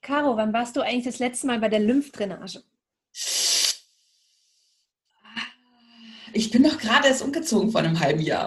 Caro, wann warst du eigentlich das letzte Mal bei der Lymphdrainage? Ich bin doch gerade erst umgezogen vor einem halben Jahr.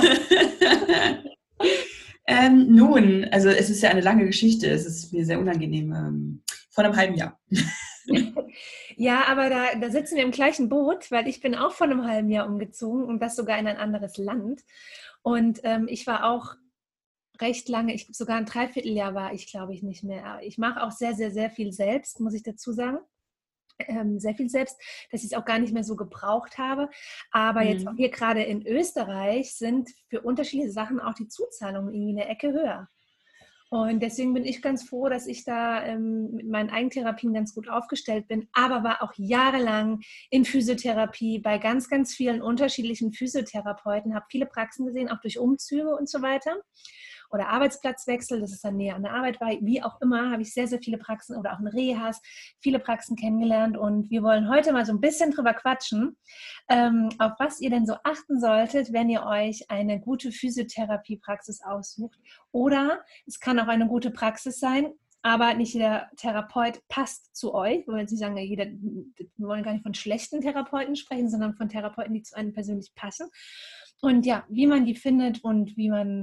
Nun, also es ist ja eine lange Geschichte. Es ist mir sehr unangenehm. Vor einem halben Jahr. Ja, aber da sitzen wir im gleichen Boot, weil ich bin auch vor einem halben Jahr umgezogen und das sogar in ein anderes Land. Und ich war auch recht lange, sogar ein Dreivierteljahr war ich, glaube ich, nicht mehr. Ich mache auch sehr, sehr, sehr viel selbst, muss ich dazu sagen. Sehr viel selbst, dass ich es auch gar nicht mehr so gebraucht habe. Aber jetzt auch Mhm. hier gerade in Österreich sind für unterschiedliche Sachen auch die Zuzahlungen irgendwie eine Ecke höher. Und deswegen bin ich ganz froh, dass ich da mit meinen Eigentherapien ganz gut aufgestellt bin, aber war auch jahrelang in Physiotherapie bei ganz, ganz vielen unterschiedlichen Physiotherapeuten, habe viele Praxen gesehen, auch durch Umzüge und so weiter. Oder Arbeitsplatzwechsel, dass es dann näher an der Arbeit war. Wie auch immer, habe ich sehr, sehr viele Praxen oder auch in Rehas, viele Praxen kennengelernt. Und wir wollen heute mal so ein bisschen drüber quatschen, auf was ihr denn so achten solltet, wenn ihr euch eine gute Physiotherapiepraxis aussucht. Oder es kann auch eine gute Praxis sein, aber nicht jeder Therapeut passt zu euch. Wir wollen jetzt nicht sagen, wir wollen gar nicht von schlechten Therapeuten sprechen, sondern von Therapeuten, die zu einem persönlich passen. Und ja, wie man die findet und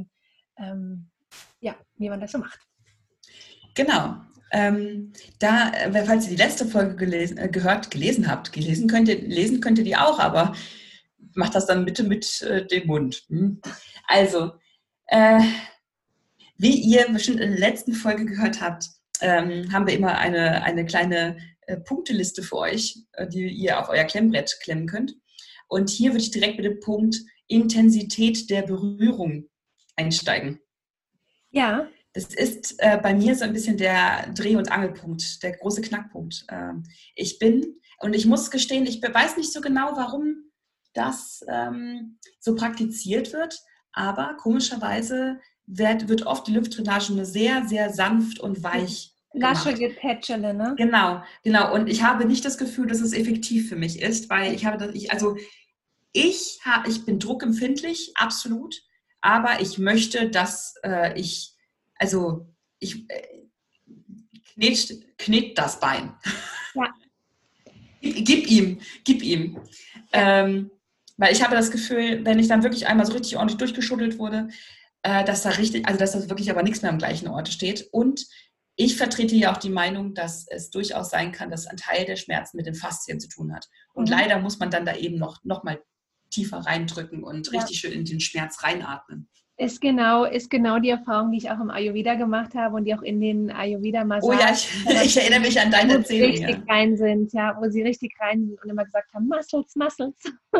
wie man das so macht. Genau. Falls ihr die letzte Folge lesen könnt ihr die auch, aber macht das dann bitte mit dem Mund. Also, wie ihr bestimmt in der letzten Folge gehört habt, haben wir immer eine kleine Punkteliste für euch, die ihr auf euer Klemmbrett klemmen könnt. Und hier würde ich direkt mit dem Punkt Intensität der Berührung einsteigen. Ja. Das ist bei mir so ein bisschen der Dreh- und Angelpunkt, der große Knackpunkt. Ich muss gestehen, ich weiß nicht so genau, warum das so praktiziert wird, aber komischerweise wird oft die Lymphdrainage nur sehr, sehr sanft und weich Lasche gemacht. Getätschele, ne? Genau, genau. Und ich habe nicht das Gefühl, dass es effektiv für mich ist, weil ich bin druckempfindlich, absolut, aber ich möchte, dass also ich knet das Bein. Ja. Gib ihm. Ja. Weil ich habe das Gefühl, wenn ich dann wirklich einmal so richtig ordentlich durchgeschuddelt wurde, dass da wirklich aber nichts mehr am gleichen Ort steht. Und ich vertrete ja auch die Meinung, dass es durchaus sein kann, dass ein Teil der Schmerzen mit den Faszien zu tun hat. Und Mhm. leider muss man dann da eben noch mal tiefer reindrücken und Ja. richtig schön in den Schmerz reinatmen. Ist genau die Erfahrung, die ich auch im Ayurveda gemacht habe und die auch in den Oh ja, Ayurveda-Massagen, ich erinnere mich an deine wo sie Erzählung, richtig ja. rein sind, ja, wo sie richtig rein sind und immer gesagt haben, Muscles, Muscles.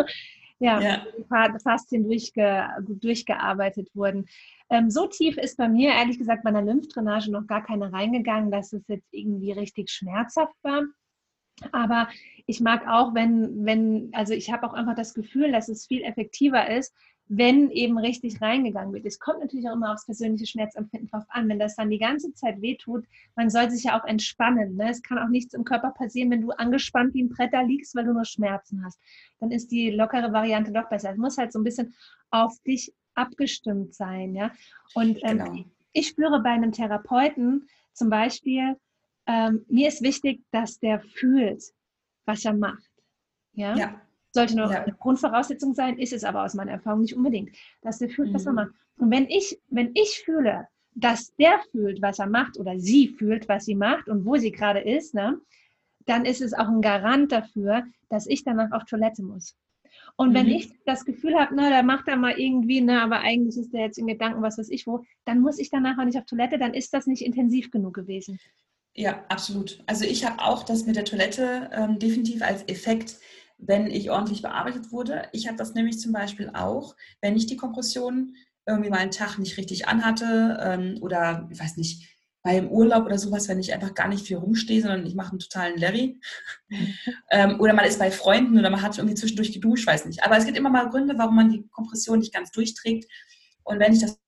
Ja, Ja. die Faszien durchgearbeitet wurden. So tief ist bei mir, ehrlich gesagt, bei einer Lymphdrainage noch gar keine reingegangen, dass es jetzt irgendwie richtig schmerzhaft war. Aber ich mag auch, also ich habe auch einfach das Gefühl, dass es viel effektiver ist, wenn eben richtig reingegangen wird. Es kommt natürlich auch immer aufs persönliche Schmerzempfinden drauf an. Wenn das dann die ganze Zeit wehtut, man soll sich ja auch entspannen. Ne? Es kann auch nichts im Körper passieren, wenn du angespannt wie ein Brett da liegst, weil du nur Schmerzen hast. Dann ist die lockere Variante doch besser. Es muss halt so ein bisschen auf dich abgestimmt sein. Ja? Und Genau. ich spüre bei einem Therapeuten zum Beispiel, mir ist wichtig, dass der fühlt, was er macht. Ja? Ja. Sollte nur Ja. eine Grundvoraussetzung sein, ist es aber aus meiner Erfahrung nicht unbedingt, dass der fühlt, was er Mhm. macht. Und wenn ich fühle, dass der fühlt, was er macht oder sie fühlt, was sie macht und wo sie gerade ist, ne, dann ist es auch ein Garant dafür, dass ich danach auf Toilette muss. Und wenn ich Mhm. das Gefühl habe, na, der macht da mal irgendwie, ne, aber eigentlich ist der jetzt in Gedanken, was weiß ich wo, dann muss ich danach auch nicht auf Toilette, dann ist das nicht intensiv genug gewesen. Ja, absolut. Also ich habe auch das mit der Toilette definitiv als Effekt, wenn ich ordentlich bearbeitet wurde. Ich habe das nämlich zum Beispiel auch, wenn ich die Kompression irgendwie mal einen Tag nicht richtig anhatte oder, ich weiß nicht, bei im Urlaub oder sowas, wenn ich einfach gar nicht viel rumstehe, sondern ich mache einen totalen Larry. Oder man ist bei Freunden oder man hat irgendwie zwischendurch geduscht, weiß nicht. Aber es gibt immer mal Gründe, warum man die Kompression nicht ganz durchträgt. Und wenn ich das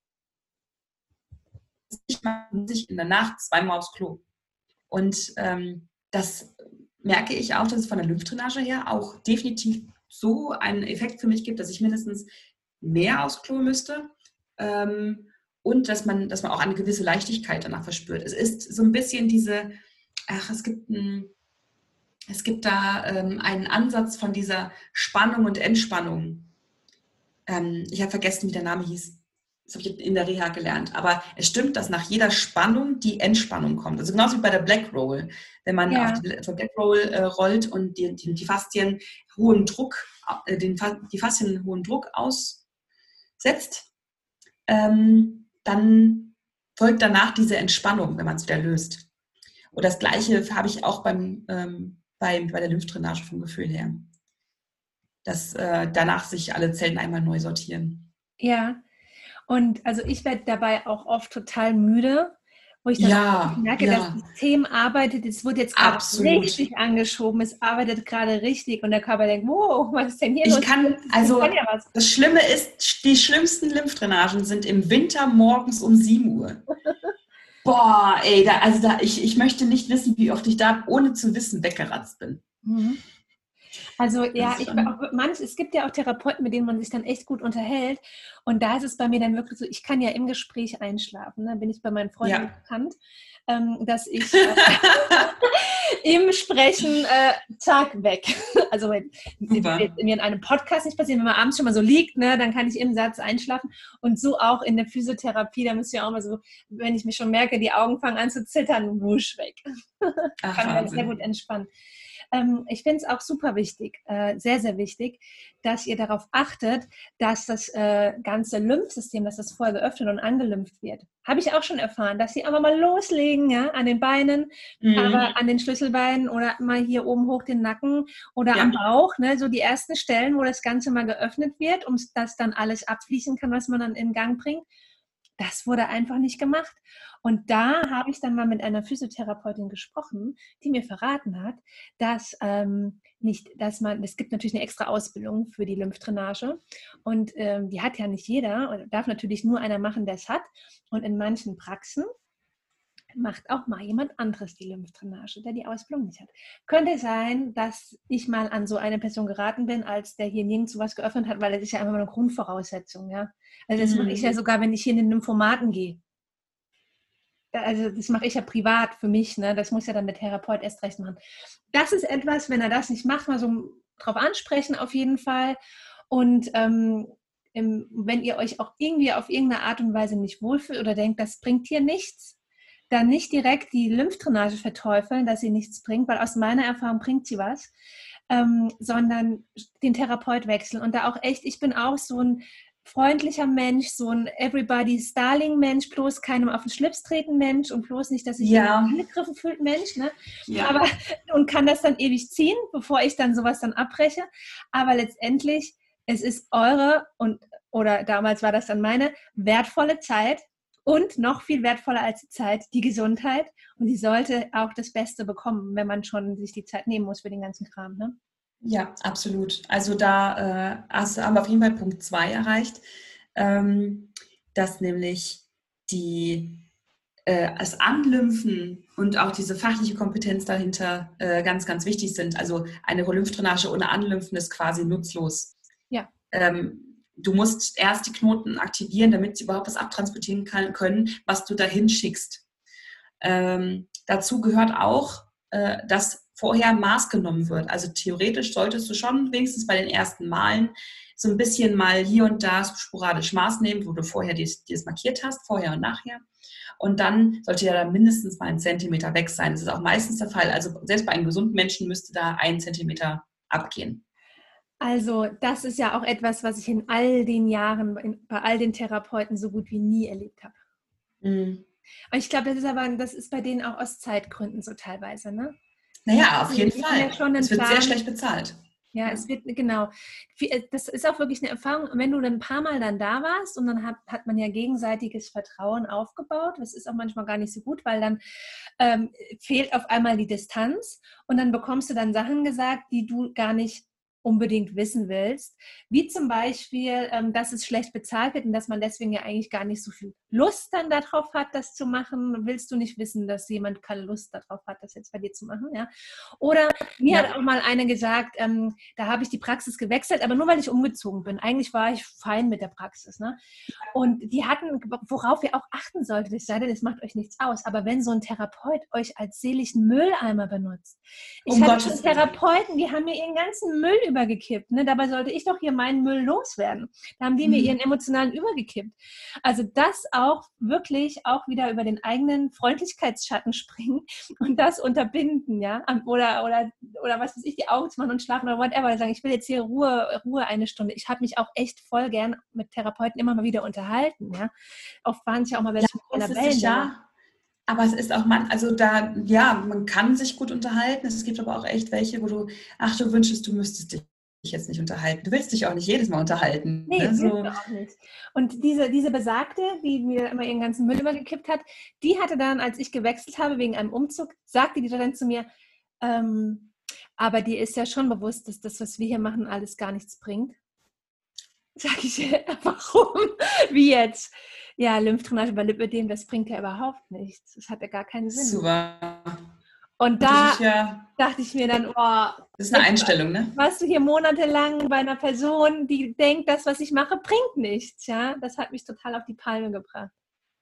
nicht mache, muss ich in der Nacht zweimal aufs Klo. Und das merke ich auch, dass es von der Lymphdrainage her auch definitiv so einen Effekt für mich gibt, dass ich mindestens mehr aufs Klo müsste und dass man auch eine gewisse Leichtigkeit danach verspürt. Es ist so ein bisschen diese es gibt da einen Ansatz von dieser Spannung und Entspannung. Ich habe vergessen, wie der Name hieß. Das habe ich in der Reha gelernt. Aber es stimmt, dass nach jeder Spannung die Entspannung kommt. Also genauso wie bei der Black Roll. Wenn man auf die Black Roll rollt und die Faszien hohen Druck, die Faszien hohen Druck aussetzt, dann folgt danach diese Entspannung, wenn man es wieder löst. Und das Gleiche habe ich auch bei der Lymphdrainage vom Gefühl her. Dass danach sich alle Zellen einmal neu sortieren. Ja, und also ich werde dabei auch oft total müde, wo ich dann auch merke, das System arbeitet, es wird jetzt gerade richtig angeschoben, es arbeitet gerade richtig und der Körper denkt, wow, was ist denn hier los? Das Schlimme ist, die schlimmsten Lymphdrainagen sind im Winter morgens um 7 Uhr. Boah, ey, ich möchte nicht wissen, wie oft ich da ohne zu wissen weggeratzt bin. Mhm. Also ja, es gibt ja auch Therapeuten, mit denen man sich dann echt gut unterhält. Und da ist es bei mir dann wirklich so, ich kann ja im Gespräch einschlafen. Da bin ich bei meinen Freunden bekannt, dass ich im Sprechen zack, weg. Also wenn mir in einem Podcast nicht passiert, wenn man abends schon mal so liegt, ne, dann kann ich im Satz einschlafen. Und so auch in der Physiotherapie, da müsst ihr auch mal so, wenn ich mich schon merke, die Augen fangen an zu zittern, wusch weg. Kann sehr gut entspannen. Ich finde es auch super wichtig, sehr, sehr wichtig, dass ihr darauf achtet, dass das ganze Lymphsystem, dass das vorher geöffnet und angelympht wird. Habe ich auch schon erfahren, dass sie einfach mal loslegen, ja, an den Beinen, aber an den Schlüsselbeinen oder mal hier oben hoch den Nacken oder am Bauch, ne, so die ersten Stellen, wo das Ganze mal geöffnet wird, um dass dann alles abfließen kann, was man dann in Gang bringt. Das wurde einfach nicht gemacht. Und da habe ich dann mal mit einer Physiotherapeutin gesprochen, die mir verraten hat, dass es gibt natürlich eine extra Ausbildung für die Lymphdrainage und die hat ja nicht jeder oder darf natürlich nur einer machen, der es hat. Und in manchen Praxen macht auch mal jemand anderes die Lymphdrainage, der die Ausbildung nicht hat. Könnte sein, dass ich mal an so eine Person geraten bin, als der hier nirgends sowas geöffnet hat, weil das ist ja einfach mal eine Grundvoraussetzung. Ja? Also das mache ich ja sogar, wenn ich hier in den Lymphomaten gehe. Also das mache ich ja privat für mich. Ne? Das muss ja dann der Therapeut erst recht machen. Das ist etwas, wenn er das nicht macht, mal so drauf ansprechen auf jeden Fall. Und wenn ihr euch auch irgendwie auf irgendeine Art und Weise nicht wohlfühlt oder denkt, das bringt hier nichts, dann nicht direkt die Lymphdrainage verteufeln, dass sie nichts bringt, weil aus meiner Erfahrung bringt sie was, sondern den Therapeut wechseln. Und da auch echt, ich bin auch so ein freundlicher Mensch, so ein Everybody's Darling Mensch, bloß keinem auf den Schlips treten Mensch und bloß nicht, dass sich jemand angegriffen fühlt Mensch, ne? Ja. Und kann das dann ewig ziehen, bevor ich dann sowas dann abbreche. Aber letztendlich, es ist eure oder damals war das dann meine wertvolle Zeit, und noch viel wertvoller als die Zeit, die Gesundheit. Und die sollte auch das Beste bekommen, wenn man schon sich die Zeit nehmen muss für den ganzen Kram. Ne? Ja, absolut. Also da haben wir auf jeden Fall Punkt 2 erreicht, dass nämlich das Anlymphen und auch diese fachliche Kompetenz dahinter ganz, ganz wichtig sind. Also eine Lymphdrainage ohne Anlymphen ist quasi nutzlos. Ja. Du musst erst die Knoten aktivieren, damit sie überhaupt was abtransportieren können, was du dahin schickst. Dazu gehört auch, dass vorher Maß genommen wird. Also theoretisch solltest du schon wenigstens bei den ersten Malen so ein bisschen mal hier und da sporadisch Maß nehmen, wo du vorher das markiert hast, vorher und nachher. Und dann sollte ja dann mindestens mal 1 Zentimeter weg sein. Das ist auch meistens der Fall. Also selbst bei einem gesunden Menschen müsste da 1 Zentimeter abgehen. Also das ist ja auch etwas, was ich in all den Jahren bei all den Therapeuten so gut wie nie erlebt habe. Und ich glaube, das ist bei denen auch aus Zeitgründen so teilweise, ne? Naja, auf jeden Fall. Es wird sehr schlecht bezahlt. Ja, es wird, genau. Das ist auch wirklich eine Erfahrung. Wenn du dann ein paar Mal dann da warst und dann hat man ja gegenseitiges Vertrauen aufgebaut, das ist auch manchmal gar nicht so gut, weil dann fehlt auf einmal die Distanz und dann bekommst du dann Sachen gesagt, die du gar nicht unbedingt wissen willst, wie zum Beispiel, dass es schlecht bezahlt wird und dass man deswegen ja eigentlich gar nicht so viel Lust dann darauf hat, das zu machen, willst du nicht wissen, dass jemand keine Lust darauf hat, das jetzt bei dir zu machen, ja? Oder mir hat auch mal eine gesagt, da habe ich die Praxis gewechselt, aber nur weil ich umgezogen bin. Eigentlich war ich fein mit der Praxis, ne? Und die hatten, worauf ihr auch achten solltet, ich sage, das macht euch nichts aus, aber wenn so ein Therapeut euch als seelischen Mülleimer benutzt. Ich hatte schon Therapeuten, die haben mir ihren ganzen Müll übergekippt. Ne? Dabei sollte ich doch hier meinen Müll loswerden. Da haben die mir ihren emotionalen übergekippt. Also das auch wirklich auch wieder über den eigenen Freundlichkeitsschatten springen und das unterbinden, ja, oder was weiß ich, die Augen zu machen und schlafen oder whatever, sagen, ich will jetzt hier Ruhe eine Stunde. Ich habe mich auch echt voll gern mit Therapeuten immer mal wieder unterhalten, ja. Oft waren es ja auch mal welche mit einer Welle. Ja, aber es ist auch also da, ja, man kann sich gut unterhalten. Es gibt aber auch echt welche, wo du wünschst, du müsstest dich jetzt nicht unterhalten. Du willst dich auch nicht jedes Mal unterhalten. Nee, das willst du auch nicht. Und diese Besagte, die mir immer ihren ganzen Müll übergekippt hat, die hatte dann, als ich gewechselt habe wegen einem Umzug, sagte die dann zu mir, aber dir ist ja schon bewusst, dass das, was wir hier machen, alles gar nichts bringt. Sag ich, warum? Wie jetzt? Ja, Lymphdrainage bei Lipödem, das bringt ja überhaupt nichts. Das hat ja gar keinen Sinn. Super. Und da dachte ich mir dann, oh, das ist eine Einstellung, ne? Warst du hier monatelang bei einer Person, die denkt, das, was ich mache, bringt nichts. Ja? Das hat mich total auf die Palme gebracht.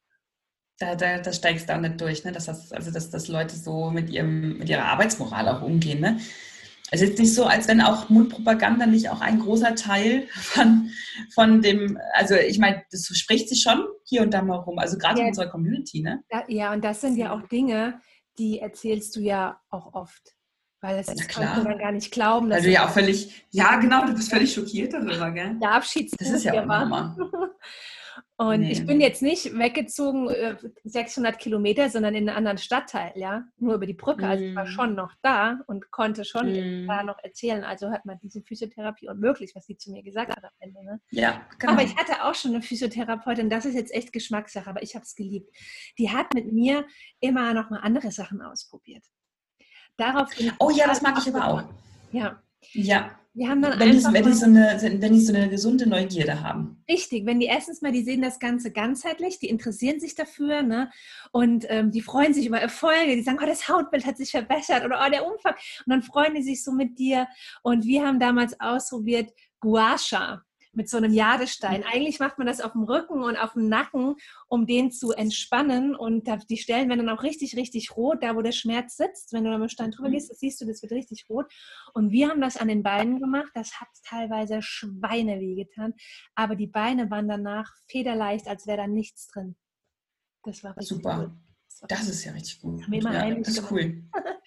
Da steigst du auch nicht durch, ne? Dass Leute so mit ihrer Arbeitsmoral auch umgehen, ne? Es ist nicht so, als wenn auch Mundpropaganda nicht auch ein großer Teil von dem, also ich meine, das spricht sich schon hier und da mal rum, also gerade in unserer Community, ne? Ja, und das sind ja auch Dinge, die erzählst du ja auch oft. Weil das kannst du dann gar nicht glauben. Weil du ja auch völlig, du bist völlig schockiert darüber, gell? Der Abschiedsbuch. Das ist ja auch ein Hammer. Und ich bin jetzt nicht weggezogen 600 Kilometer, sondern in einen anderen Stadtteil, ja, nur über die Brücke. Also ich war schon noch da und konnte schon da noch erzählen. Also hat man diese Physiotherapie unmöglich, was sie zu mir gesagt hat am Ende. Ne? Ja, genau. Aber ich hatte auch schon eine Physiotherapeutin, das ist jetzt echt Geschmackssache, aber ich habe es geliebt. Die hat mit mir immer noch mal andere Sachen ausprobiert. Darauf das mag ich aber auch. Ja. Ja. Wir haben dann wenn die so eine gesunde Neugierde haben. Richtig, wenn die erstens mal, die sehen das Ganze ganzheitlich, die interessieren sich dafür, ne? Und die freuen sich über Erfolge, die sagen, oh, das Hautbild hat sich verbessert oder oh, der Umfang. Und dann freuen die sich so mit dir. Und wir haben damals ausprobiert Gua Sha mit so einem Jadestein. Eigentlich macht man das auf dem Rücken und auf dem Nacken, um den zu entspannen. Und die Stellen werden dann auch richtig, richtig rot, da wo der Schmerz sitzt. Wenn du da mit dem Stein drüber gehst, das siehst du, das wird richtig rot. Und wir haben das an den Beinen gemacht. Das hat teilweise Schweineweh getan. Aber die Beine waren danach federleicht, als wäre da nichts drin. Das war richtig super. Cool. Das ist ja richtig gut. Das ist cool.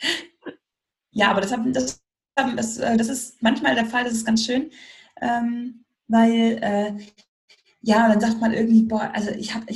Ja, aber das ist manchmal der Fall, das ist ganz schön. Weil, dann sagt man irgendwie, boah, also ich hab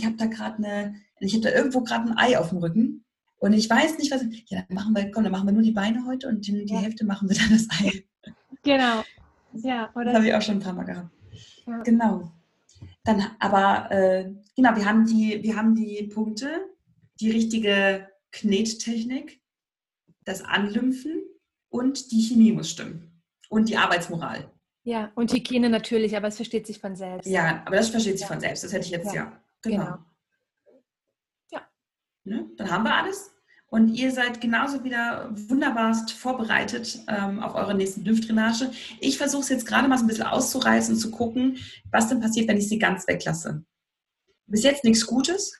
da irgendwo gerade ein Ei auf dem Rücken und ich weiß nicht, was, dann machen wir nur die Beine heute und die Hälfte machen wir dann das Ei. Genau. Ja, oder? Das habe ich auch schon ein paar Mal gehabt. Ja. Genau. Dann, aber, wir haben die Punkte, die richtige Knettechnik, das Anlymphen und die Chemie muss stimmen und die Arbeitsmoral. Ja, und Hygiene natürlich, aber es versteht sich von selbst. Ja, aber das versteht sich von selbst. Das hätte ich jetzt, genau. Ja. Ne? Dann haben wir alles. Und ihr seid genauso wieder wunderbarst vorbereitet auf eure nächsten Lymphdrainage. Ich versuche es jetzt gerade mal so ein bisschen auszureißen und zu gucken, was denn passiert, wenn ich sie ganz weglasse. Bis jetzt nichts Gutes.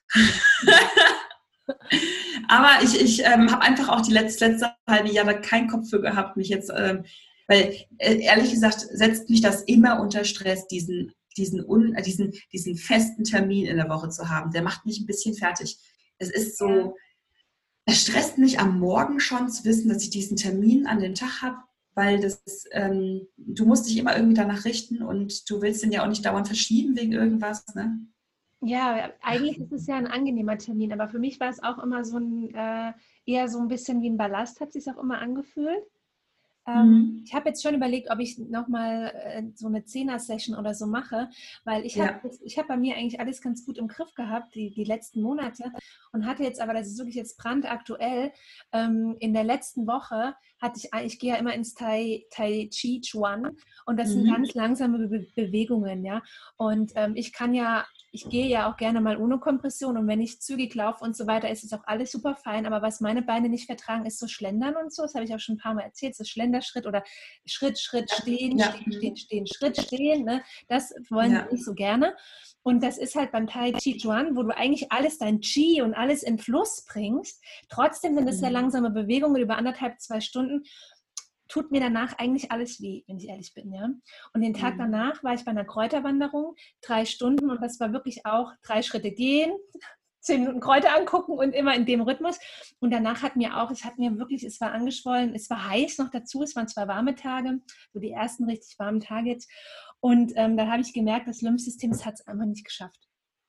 Aber ich habe einfach auch die letzte halbe Jahre keinen Kopf für gehabt, mich jetzt... weil, ehrlich gesagt, setzt mich das immer unter Stress, diesen festen Termin in der Woche zu haben. Der macht mich ein bisschen fertig. Es ist so, es stresst mich am Morgen schon zu wissen, dass ich diesen Termin an dem Tag habe, weil du musst dich immer irgendwie danach richten und du willst den ja auch nicht dauernd verschieben wegen irgendwas, ne? Ja, eigentlich ist es ja ein angenehmer Termin, aber für mich war es auch immer so eher so ein bisschen wie ein Ballast, hat es sich auch immer angefühlt. Mhm. Ich habe jetzt schon überlegt, ob ich nochmal so eine 10er-Session oder so mache, weil ich hab bei mir eigentlich alles ganz gut im Griff gehabt, die letzten Monate, und hatte jetzt aber, das ist wirklich jetzt brandaktuell, in der letzten Woche ich gehe ja immer ins Tai Chi Chuan, und das sind ganz langsame Bewegungen, ja. Und ich gehe ja auch gerne mal ohne Kompression, und wenn ich zügig laufe und so weiter, ist es auch alles super fein. Aber was meine Beine nicht vertragen, ist so Schlendern und so. Das habe ich auch schon ein paar Mal erzählt. So Schlenderschritt oder Schritt, Schritt, stehen, stehen, stehen, stehen, Schritt, stehen. Ne? Das wollen sie nicht so gerne. Und das ist halt beim Tai Chi Chuan, wo du eigentlich alles, dein Qi und alles in Fluss bringst. Trotzdem sind es sehr langsame Bewegungen über 1,5, 2 Stunden. Tut mir danach eigentlich alles weh, wenn ich ehrlich bin, ja. Und den Tag danach war ich bei einer Kräuterwanderung, 3 Stunden, und das war wirklich auch 3 Schritte gehen, 10 Minuten Kräuter angucken und immer in dem Rhythmus. Und danach es war angeschwollen, es war heiß noch dazu, es waren 2 warme Tage, so die ersten richtig warmen Tage jetzt. Und da habe ich gemerkt, das Lymphsystem hat es einfach nicht geschafft.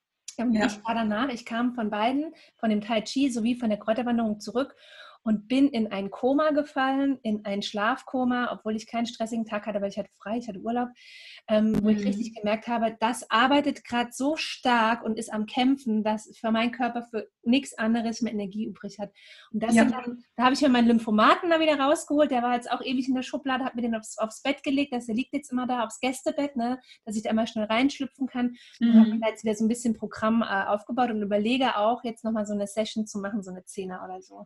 Ich kam von beiden, von dem Tai Chi sowie von der Kräuterwanderung zurück und bin in ein Koma gefallen, in ein Schlafkoma, obwohl ich keinen stressigen Tag hatte, weil ich hatte frei, ich hatte Urlaub, wo ich richtig gemerkt habe, das arbeitet gerade so stark und ist am Kämpfen, dass für meinen Körper für nichts anderes mehr Energie übrig hat. Und da habe ich mir meinen Lymphomaten da wieder rausgeholt, der war jetzt auch ewig in der Schublade, habe mir den aufs Bett gelegt, der liegt jetzt immer da aufs Gästebett, ne, dass ich da immer schnell reinschlüpfen kann, und habe mir da jetzt wieder so ein bisschen Programm aufgebaut und überlege auch, jetzt nochmal so eine Session zu machen, so eine 10er oder so.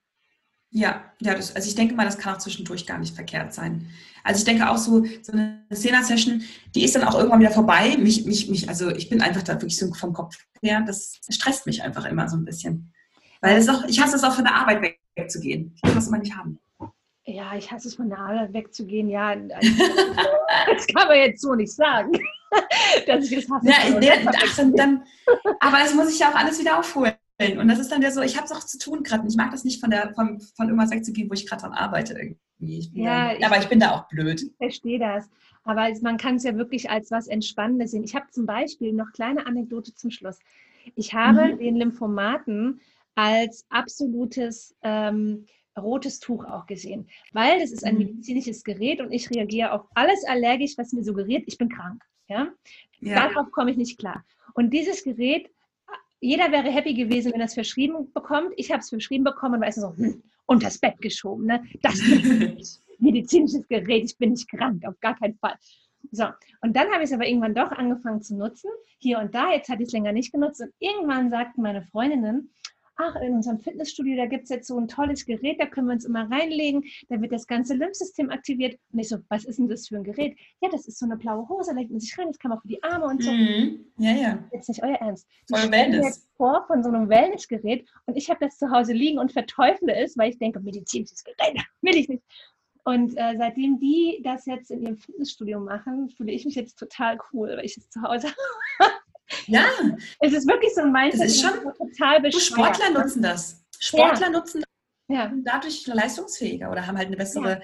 Also ich denke mal, das kann auch zwischendurch gar nicht verkehrt sein. Also ich denke auch so eine 10er-Session, die ist dann auch irgendwann wieder vorbei. Also ich bin einfach da wirklich so vom Kopf her, das stresst mich einfach immer so ein bisschen. Weil ich hasse es auch von der Arbeit wegzugehen. Ich will das immer nicht haben. Ja, ich hasse es von der Arbeit wegzugehen, ja. Das kann man jetzt so nicht sagen, dass ich es hasse. Aber das muss ich ja auch alles wieder aufholen. Und das ist dann ja so, ich habe es auch zu tun gerade. Ich mag das nicht von irgendwas wegzugehen, wo ich gerade dran arbeite irgendwie. Aber ich bin da auch blöd. Ich verstehe das. Aber man kann es ja wirklich als was Entspannendes sehen. Ich habe zum Beispiel noch kleine Anekdote zum Schluss. Ich habe den Lymphomaten als absolutes rotes Tuch auch gesehen, weil das ist ein medizinisches Gerät und ich reagiere auf alles allergisch, was mir suggeriert, ich bin krank. Ja? Darauf komme ich nicht klar. Und dieses Gerät, jeder wäre happy gewesen, wenn er es verschrieben bekommt. Ich habe es verschrieben bekommen und war so, unter das Bett geschoben. Ne? Das ist ein medizinisches Gerät, ich bin nicht krank, auf gar keinen Fall. So, und dann habe ich es aber irgendwann doch angefangen zu nutzen, hier und da. Jetzt hatte ich es länger nicht genutzt und irgendwann sagten meine Freundinnen, ach, in unserem Fitnessstudio, da gibt es jetzt so ein tolles Gerät, da können wir uns immer reinlegen, da wird das ganze Lymphsystem aktiviert. Und ich so, was ist denn das für ein Gerät? Ja, das ist so eine blaue Hose, da legt man sich rein, das kann man auch für die Arme und so. Ja. Jetzt nicht euer Ernst. Ich stelle mir jetzt vor von so einem Wellnessgerät und ich habe das zu Hause liegen und verteufle es, weil ich denke, medizinisches Gerät, will ich nicht. Und seitdem die das jetzt in ihrem Fitnessstudio machen, fühle ich mich jetzt total cool, weil ich es zu Hause habe. Ja. Es ist wirklich so ein Mindset, das ist schon total bescheuert. Sportler nutzen das. Sportler nutzen das und dadurch leistungsfähiger oder haben halt eine bessere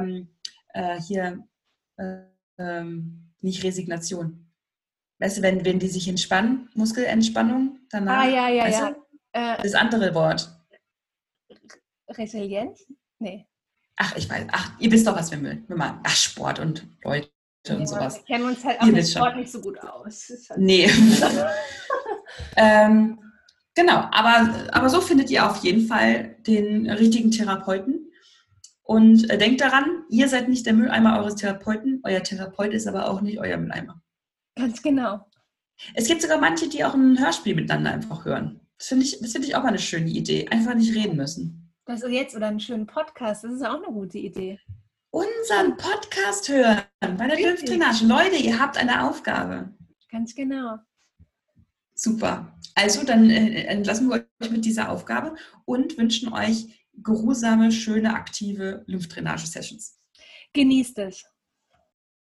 nicht Resignation. Weißt du, wenn die sich entspannen, Muskelentspannung, danach, das andere Wort. Resilienz? Nee. Ach, ich weiß. Ach, ihr wisst doch, was wir machen. Ach, Sport und Leute und sowas. Wir kennen uns halt auch mit Sport nicht so gut aus. Halt nee. Genau, aber so findet ihr auf jeden Fall den richtigen Therapeuten. Und denkt daran, ihr seid nicht der Mülleimer eures Therapeuten. Euer Therapeut ist aber auch nicht euer Mülleimer. Ganz genau. Es gibt sogar manche, die auch ein Hörspiel miteinander einfach hören. Das finde ich auch mal eine schöne Idee. Einfach nicht reden müssen. Das ist jetzt oder einen schönen Podcast, das ist auch eine gute Idee. Unseren Podcast hören bei der Lymphdrainage. Leute, ihr habt eine Aufgabe. Ganz genau. Super. Also dann entlassen wir euch mit dieser Aufgabe und wünschen euch geruhsame, schöne, aktive Lymphdrainage-Sessions. Genießt es.